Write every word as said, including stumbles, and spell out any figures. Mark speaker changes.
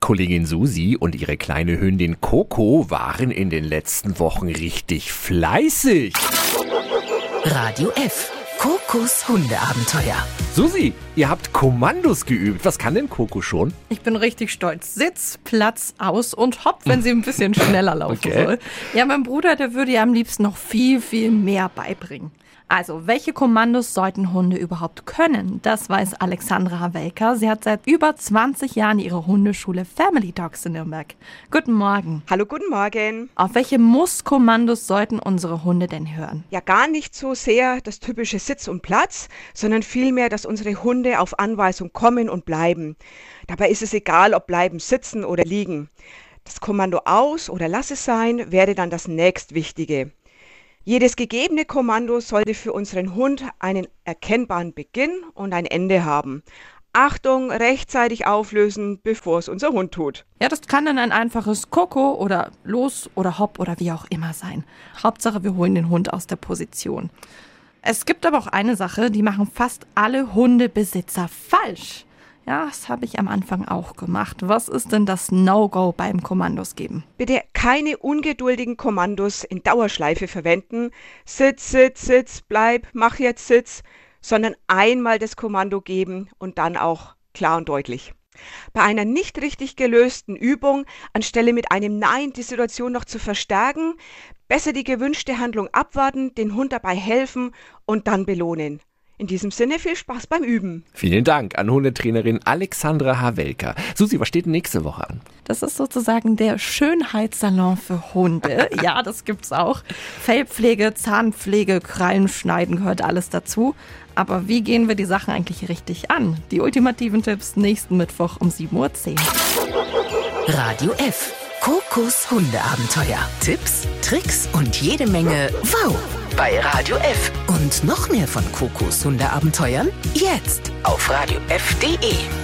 Speaker 1: Kollegin Susi und ihre kleine Hündin Coco waren in den letzten Wochen richtig fleißig.
Speaker 2: Radio F. Kokos Hundeabenteuer.
Speaker 1: Susi, ihr habt Kommandos geübt. Was kann denn Coco schon?
Speaker 3: Ich bin richtig stolz. Sitz, Platz, aus und hopp, wenn sie ein bisschen schneller laufen
Speaker 1: Okay.
Speaker 3: soll. Ja, mein Bruder, der würde ihr am liebsten noch viel, viel mehr beibringen. Also, welche Kommandos sollten Hunde überhaupt können? Das weiß Alexandra Havelka. Sie hat seit über zwanzig Jahren ihre Hundeschule Family Dogs in Nürnberg. Guten Morgen.
Speaker 4: Hallo, guten Morgen.
Speaker 3: Auf welche Muss-Kommandos sollten unsere Hunde denn hören?
Speaker 4: Ja, gar nicht so sehr das typische Sitz und Platz, sondern vielmehr, dass unsere Hunde auf Anweisung kommen und bleiben. Dabei ist es egal, ob bleiben, sitzen oder liegen. Das Kommando aus oder lass es sein wäre dann das nächstwichtige. Jedes gegebene Kommando sollte für unseren Hund einen erkennbaren Beginn und ein Ende haben. Achtung, rechtzeitig auflösen, bevor es unser Hund tut.
Speaker 3: Ja, das kann dann ein einfaches Koko oder Los oder Hopp oder wie auch immer sein. Hauptsache, wir holen den Hund aus der Position. Es gibt aber auch eine Sache, die machen fast alle Hundebesitzer falsch. Ja, das habe ich am Anfang auch gemacht. Was ist denn das No-Go beim Kommandos geben?
Speaker 4: Bitte keine ungeduldigen Kommandos in Dauerschleife verwenden. Sitz, Sitz, Sitz, bleib, mach jetzt Sitz, sondern einmal das Kommando geben und dann auch klar und deutlich. Bei einer nicht richtig gelösten Übung, anstelle mit einem Nein die Situation noch zu verstärken, besser die gewünschte Handlung abwarten, den Hund dabei helfen und dann belohnen. In diesem Sinne viel Spaß beim Üben.
Speaker 1: Vielen Dank an Hundetrainerin Alexandra Havelka. Susi, was steht denn nächste Woche an?
Speaker 3: Das ist sozusagen der Schönheitssalon für Hunde. Ja, das gibt's auch. Fellpflege, Zahnpflege, Krallenschneiden gehört alles dazu. Aber wie gehen wir die Sachen eigentlich richtig an? Die ultimativen Tipps nächsten Mittwoch um sieben Uhr zehn.
Speaker 2: Radio F. Kokos Hundeabenteuer. Tipps, Tricks und jede Menge Wow bei Radio F. Und noch mehr von Kokos Hundeabenteuern jetzt auf radio f punkt de.